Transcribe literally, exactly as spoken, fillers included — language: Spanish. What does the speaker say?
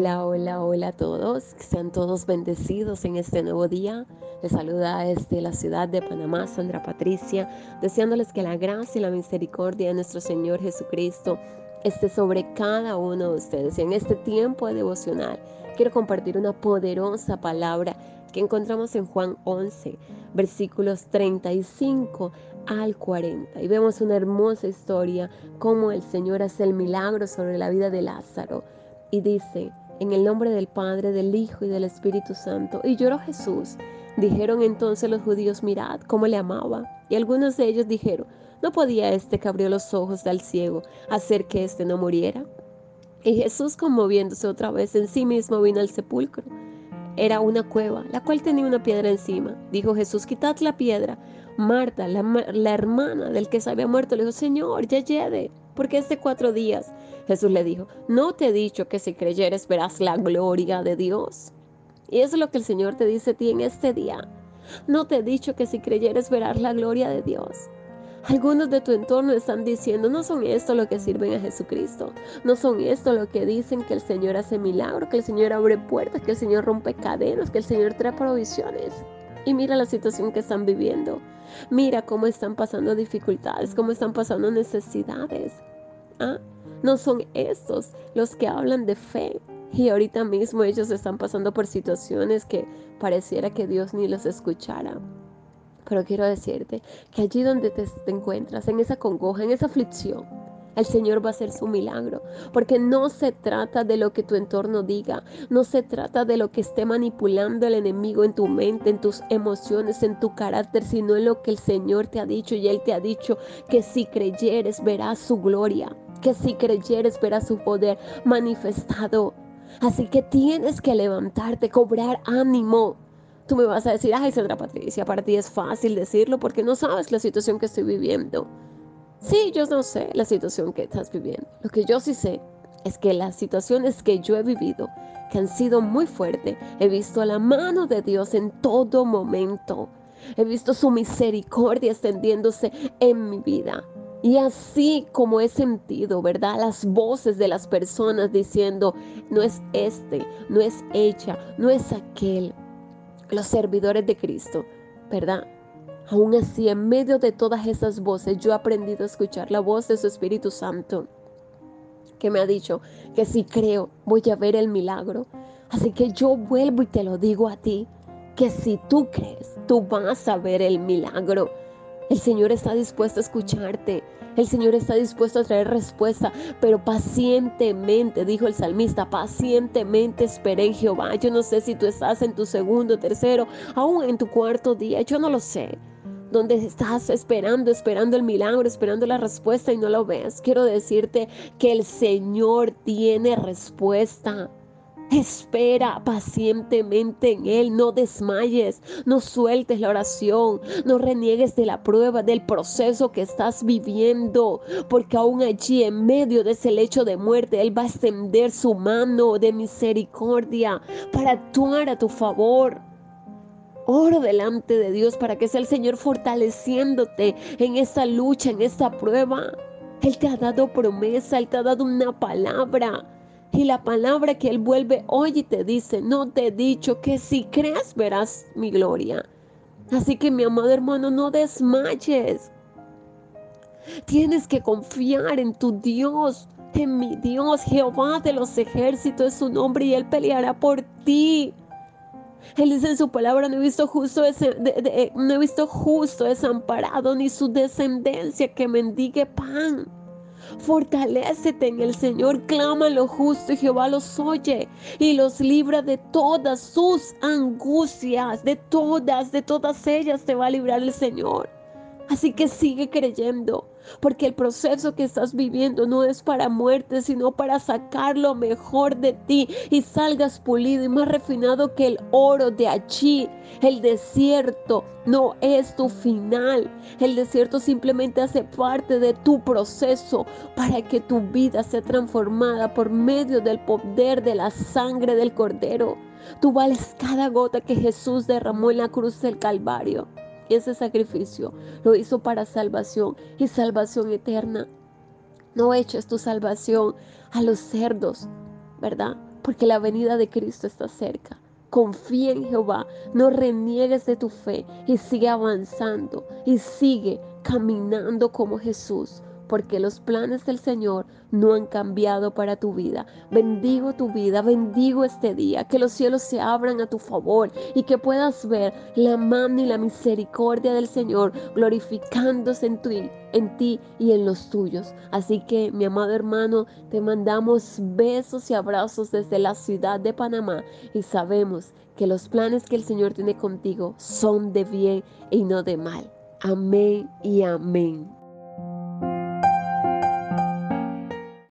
Hola, hola, hola a todos. Que sean todos bendecidos en este nuevo día. Les saluda desde la ciudad de Panamá, Sandra Patricia, deseándoles que la gracia y la misericordia de nuestro Señor Jesucristo esté sobre cada uno de ustedes. Y en este tiempo de devocional quiero compartir una poderosa palabra que encontramos en Juan once, versículos treinta y cinco al cuarenta. Y vemos una hermosa historia, cómo el Señor hace el milagro sobre la vida de Lázaro. Y dice: en el nombre del Padre, del Hijo y del Espíritu Santo. Y lloró Jesús. Dijeron entonces los judíos: mirad cómo le amaba. Y algunos de ellos dijeron: ¿no podía este que abrió los ojos al ciego hacer que éste no muriera? Y Jesús, conmoviéndose otra vez en sí mismo, vino al sepulcro. Era una cueva, la cual tenía una piedra encima. Dijo Jesús: quitad la piedra. Marta, la, la hermana del que se había muerto, le dijo: Señor, ya lleve, porque es de cuatro días. Jesús le dijo: ¿no te he dicho que si creyeres verás la gloria de Dios? Y eso es lo que el Señor te dice a ti en este día. ¿No te he dicho que si creyeres verás la gloria de Dios? Algunos de tu entorno están diciendo: no son esto lo que sirven a Jesucristo, no son esto lo que dicen que el Señor hace milagros, que el Señor abre puertas, que el Señor rompe cadenas, que el Señor trae provisiones. Y mira la situación que están viviendo, mira cómo están pasando dificultades, cómo están pasando necesidades. ¿Ah? No son estos los que hablan de fe. Y ahorita mismo ellos están pasando por situaciones que pareciera que Dios ni los escuchara. Pero quiero decirte que allí donde te, te encuentras, en esa congoja, en esa aflicción, el Señor va a hacer su milagro, porque no se trata de lo que tu entorno diga, no se trata de lo que esté manipulando el enemigo en tu mente, en tus emociones, en tu carácter, sino en lo que el Señor te ha dicho. Y Él te ha dicho que si creyeres verás su gloria, que si creyeres verás su poder manifestado. Así que tienes que levantarte, cobrar ánimo. Tú me vas a decir: ay, Sandra Patricia, para ti es fácil decirlo porque no sabes la situación que estoy viviendo. Sí, yo no sé la situación que estás viviendo. Lo que yo sí sé es que las situaciones que yo he vivido, que han sido muy fuertes, he visto la mano de Dios en todo momento. He visto su misericordia extendiéndose en mi vida. Y así como he sentido, ¿verdad?, las voces de las personas diciendo: no es este, no es ella, no es aquel, los servidores de Cristo, ¿verdad? Aún así, en medio de todas esas voces, yo he aprendido a escuchar la voz de su Espíritu Santo, que me ha dicho que si creo, voy a ver el milagro. Así que yo vuelvo y te lo digo a ti, que si tú crees, tú vas a ver el milagro. El Señor está dispuesto a escucharte. El Señor está dispuesto a traer respuesta, pero pacientemente, dijo el salmista, pacientemente esperé en Jehová. Yo no sé si tú estás en tu segundo, tercero, aún en tu cuarto día, yo no lo sé. Donde estás esperando, esperando el milagro, esperando la respuesta y no lo ves. Quiero decirte que el Señor tiene respuesta. Espera pacientemente en Él, no desmayes, no sueltes la oración, no reniegues de la prueba, del proceso que estás viviendo, porque aún allí en medio de ese lecho de muerte, Él va a extender su mano de misericordia para actuar a tu favor. Oro delante de Dios para que sea el Señor fortaleciéndote en esta lucha, en esta prueba. Él te ha dado promesa, Él te ha dado una palabra. Y la palabra que Él vuelve hoy y te dice: no te he dicho que si crees verás mi gloria. Así que, mi amado hermano, no desmayes. Tienes que confiar en tu Dios, en mi Dios. Jehová de los ejércitos es su nombre y Él peleará por ti. Él dice en su palabra: no he visto justo, ese, de, de, no he visto justo desamparado, ni su descendencia que mendigue pan. Fortalécete en el Señor, clama lo justo y Jehová los oye y los libra de todas sus angustias, de todas, de todas ellas te va a librar el Señor. Así que sigue creyendo, porque el proceso que estás viviendo no es para muerte, sino para sacar lo mejor de ti y salgas pulido y más refinado que el oro de allí. El desierto no es tu final. El desierto simplemente hace parte de tu proceso para que tu vida sea transformada por medio del poder de la sangre del Cordero. Tú vales cada gota que Jesús derramó en la cruz del Calvario. Y ese sacrificio lo hizo para salvación y salvación eterna. No eches tu salvación a los cerdos, ¿verdad? porque la venida de Cristo está cerca. Confía en Jehová, no reniegues de tu fe y sigue avanzando y sigue caminando como Jesús, porque los planes del Señor no han cambiado para tu vida. Bendigo tu vida, bendigo este día, que los cielos se abran a tu favor y que puedas ver la mano y la misericordia del Señor glorificándose en ti, en ti y en los tuyos. Así que, mi amado hermano, te mandamos besos y abrazos desde la ciudad de Panamá y sabemos que los planes que el Señor tiene contigo son de bien y no de mal. Amén y amén.